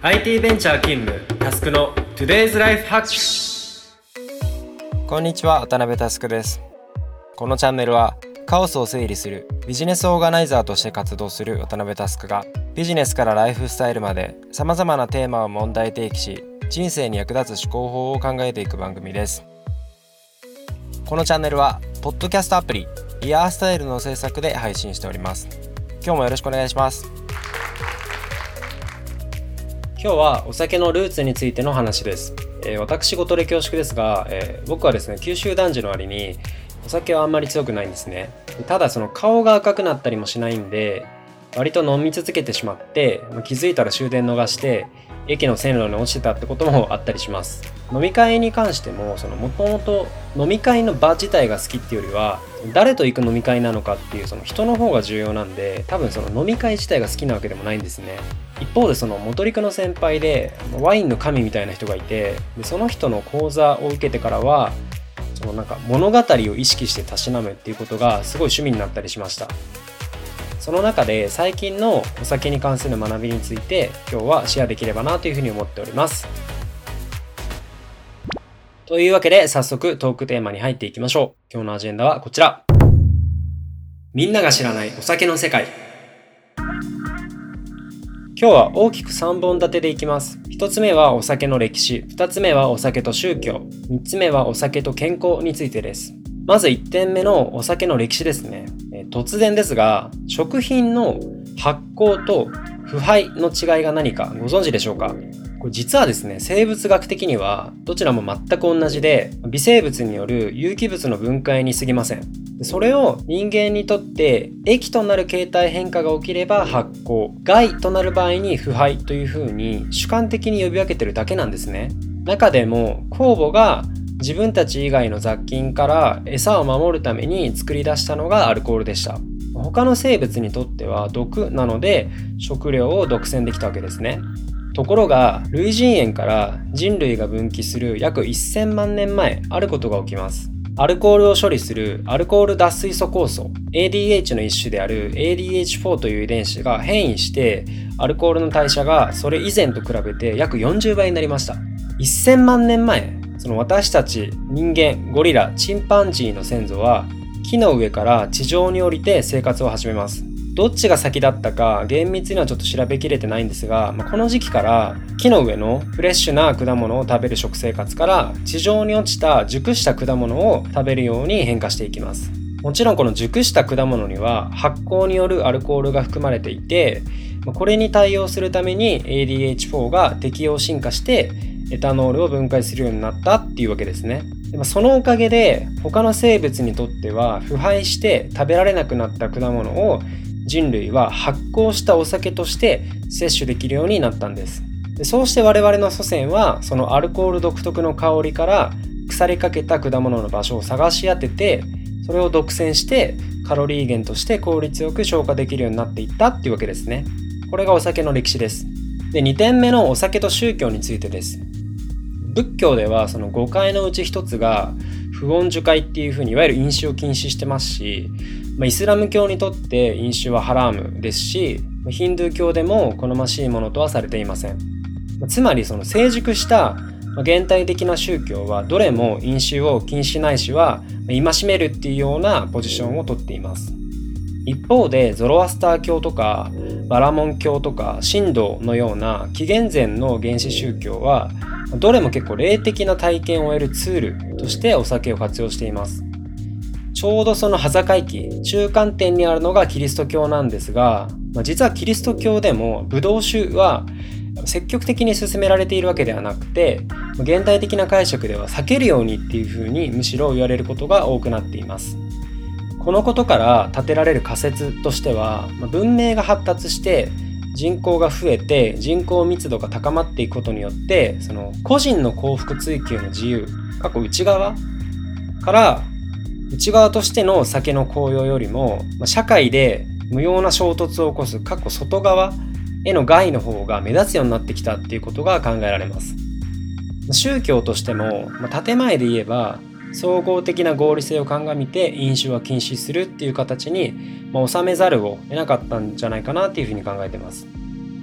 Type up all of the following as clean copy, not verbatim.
IT ベンチャー勤務タスクの Today's Life Hack。 こんにちは、渡辺タスクです。このチャンネルはカオスを整理するビジネスオーガナイザーとして活動する渡辺タスクがビジネスからライフスタイルまで様々なテーマを問題提起し、人生に役立つ思考法を考えていく番組です。このチャンネルはポッドキャストアプリイヤースタイルの制作で配信しております。今日もよろしくお願いします。 今日はお酒のルーツについての話です。私事で恐縮ですが、僕はですね、九州男児の割にお酒はあんまり強くないんですね。ただその顔が赤くなったりもしないんで、割と飲み続けてしまって、気づいたら終電逃して駅の線路に落ちてたってこともあったりします。飲み会に関してももともと飲み会の場自体が好きっていうよりは、誰と行く飲み会なのかっていうその人の方が重要なんで、多分その飲み会自体が好きなわけでもないんですね。一方でその元陸の先輩でワインの神みたいな人がいて、でその人の講座を受けてからはそのなんか物語を意識してたしなむっていうことがすごい趣味になったりしました。その中で最近のお酒に関する学びについて今日はシェアできればなというふうに思っております。というわけで早速トークテーマに入っていきましょう。今日のアジェンダはこちら。みんなが知らないお酒の世界。今日は大きく3本立てでいきます。1つ目はお酒の歴史、2つ目はお酒と宗教、3つ目はお酒と健康についてです。まず1点目のお酒の歴史ですね。突然ですが、食品の発酵と腐敗の違いが何かご存知でしょうか？これ実はですね、生物学的にはどちらも全く同じで、微生物による有機物の分解に過ぎません。それを人間にとって液となる形態変化が起きれば発酵、害となる場合に腐敗というふうに主観的に呼び分けてるだけなんですね。中でも酵母が自分たち以外の雑菌から餌を守るために作り出したのがアルコールでした。他の生物にとっては毒なので食料を独占できたわけですね。ところが類人猿から人類が分岐する約1000万年前、あることが起きます。アルコールを処理するアルコール脱水素酵素 ADH の一種である ADH4 という遺伝子が変異して、アルコールの代謝がそれ以前と比べて約40倍になりました。1000万年前、その私たち人間、ゴリラ、チンパンジーの先祖は木の上から地上に降りて生活を始めます。どっちが先だったか厳密にはちょっと調べきれてないんですが、この時期から木の上のフレッシュな果物を食べる食生活から地上に落ちた熟した果物を食べるように変化していきます。もちろんこの熟した果物には発酵によるアルコールが含まれていて、これに対応するために ADH4 が適応進化してエタノールを分解するようになったっていうわけですね。そのおかげで他の生物にとっては腐敗して食べられなくなった果物を人類は発酵したお酒として摂取できるようになったんです。そうして我々の祖先はそのアルコール独特の香りから腐りかけた果物の場所を探し当てて、それを独占してカロリー源として効率よく消化できるようになっていったっていうわけですね。これがお酒の歴史です。で、2点目のお酒と宗教についてです。仏教ではその5戒のうち1つが不穏受戒っていうふうにいわゆる飲酒を禁止してますし、イスラム教にとって飲酒はハラームですし、ヒンドゥー教でも好ましいものとはされていません。つまりその成熟した現代的な宗教はどれも飲酒を禁止ないしは戒めるっていうようなポジションをとっています。一方でゾロアスター教とかバラモン教とか神道のような紀元前の原始宗教はどれも結構霊的な体験を得るツールとしてお酒を活用しています。ちょうどその端境期、中間点にあるのがキリスト教なんですが、実はキリスト教でもブドウ酒は積極的に勧められているわけではなくて、現代的な解釈では避けるようにっていうふうにむしろ言われることが多くなっています。このことから立てられる仮説としては、文明が発達して人口が増えて人口密度が高まっていくことによって、その個人の幸福追求の自由、内側から内側としての酒の効用よりも、社会で無用な衝突を起こす外側への害の方が目立つようになってきたっていうことが考えられます。宗教としても、建前で言えば総合的な合理性を鑑みて飲酒は禁止するっていう形に、収めざるを得なかったんじゃないかなっていうふうに考えてます。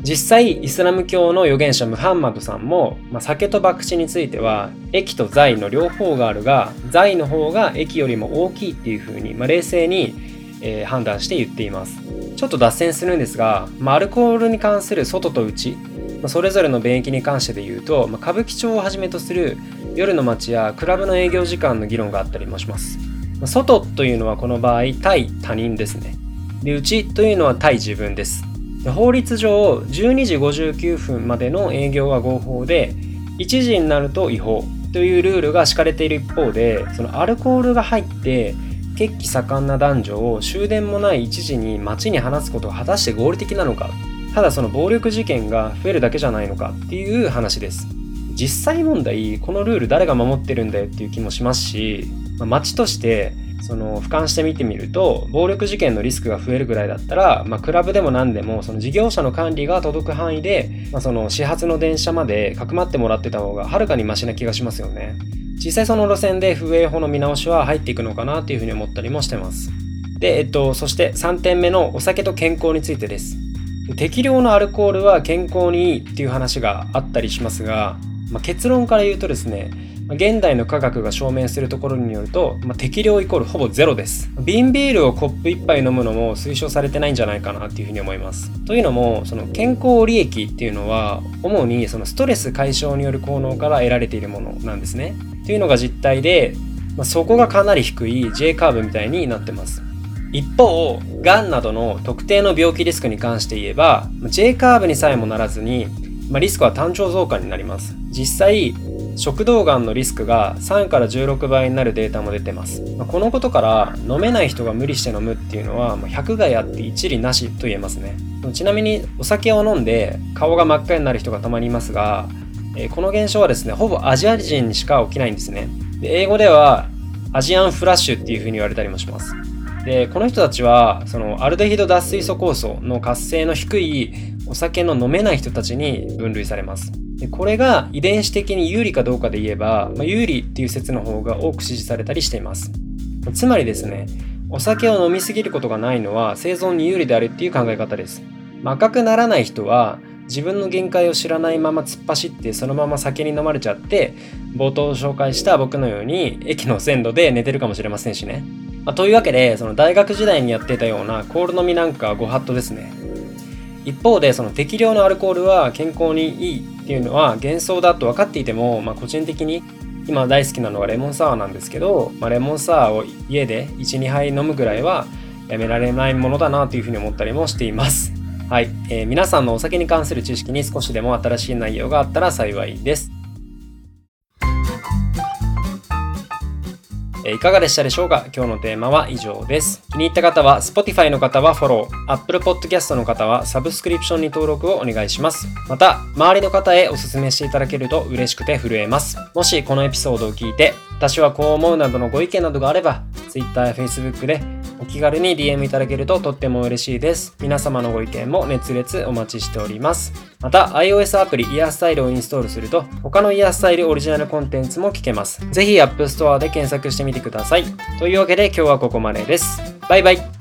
実際イスラム教の預言者ムハンマドさんも、酒と博打については益と財の両方があるが、財の方が益よりも大きいっていう風に、冷静に、判断して言っています。ちょっと脱線するんですが、アルコールに関する外と内、それぞれの便益に関してで言うと、歌舞伎町をはじめとする夜の街やクラブの営業時間の議論があったりもします。外というのはこの場合対他人ですね。で、内というのは対自分です。法律上12時59分までの営業は合法で、1時になると違法というルールが敷かれている一方で、そのアルコールが入って血気盛んな男女を終電もない1時に街に放つことが果たして合理的なのか、ただその暴力事件が増えるだけじゃないのかっていう話です。実際問題、このルール誰が守ってるんだよっていう気もしますし、街としてその俯瞰して見てみると、暴力事件のリスクが増えるぐらいだったら、クラブでも何でもその事業者の管理が届く範囲で、その始発の電車までかくまってもらってた方がはるかにマシな気がしますよね。実際その路線で風営法の見直しは入っていくのかなっていうふうに思ったりもしてます。で、そして3点目のお酒と健康についてです。適量のアルコールは健康にいいっていう話があったりしますが、結論から言うとですね、現代の科学が証明するところによると、適量イコールほぼゼロです。瓶ビールをコップ1杯飲むのも推奨されてないんじゃないかなっていうふうに思います。というのも、その健康利益っていうのは主にそのストレス解消による効能から得られているものなんですね。というのが実態で、そこがかなり低い J カーブみたいになってます。一方、がんなどの特定の病気リスクに関して言えば J カーブにさえもならずに、リスクは単調増加になります。実際食道がんのリスクが3から16倍になるデータも出てます。このことから飲めない人が無理して飲むっていうのは百害あって一理なしと言えますね。ちなみにお酒を飲んで顔が真っ赤になる人がたまにいますが、この現象はですね、ほぼアジア人にしか起きないんですね。で、英語ではアジアンフラッシュっていう風に言われたりもします。で、この人たちはそのアルデヒド脱水素酵素の活性の低いお酒の飲めない人たちに分類されます。で、これが遺伝子的に有利かどうかで言えば、有利っていう説の方が多く支持されたりしています。つまりですね、お酒を飲みすぎることがないのは生存に有利であるっていう考え方です。赤くならない人は自分の限界を知らないまま突っ走ってそのまま酒に飲まれちゃって、冒頭紹介した僕のように駅の線路で寝てるかもしれませんしね。というわけで、その大学時代にやっていたようなコール飲みなんかご法度ですね。一方で、その適量のアルコールは健康にいいっていうのは幻想だと分かっていても、個人的に今大好きなのはレモンサワーなんですけど、レモンサワーを家で 1,2 杯飲むぐらいはやめられないものだなというふうに思ったりもしています。はい、皆さんのお酒に関する知識に少しでも新しい内容があったら幸いです。いかがでしたでしょうか。今日のテーマは以上です。気に入った方は Spotify の方はフォロー、Apple Podcast の方はサブスクリプションに登録をお願いします。また、周りの方へお勧めしていただけると嬉しくて震えます。もしこのエピソードを聞いて、私はこう思うなどのご意見などがあれば、Twitter や Facebook でお気軽に DM いただけるととっても嬉しいです。皆様のご意見も熱烈お待ちしております。また iOS アプリイヤースタイルをインストールすると他のイヤースタイルオリジナルコンテンツも聞けます。ぜひ App Store で検索してみてください。というわけで今日はここまでです。バイバイ。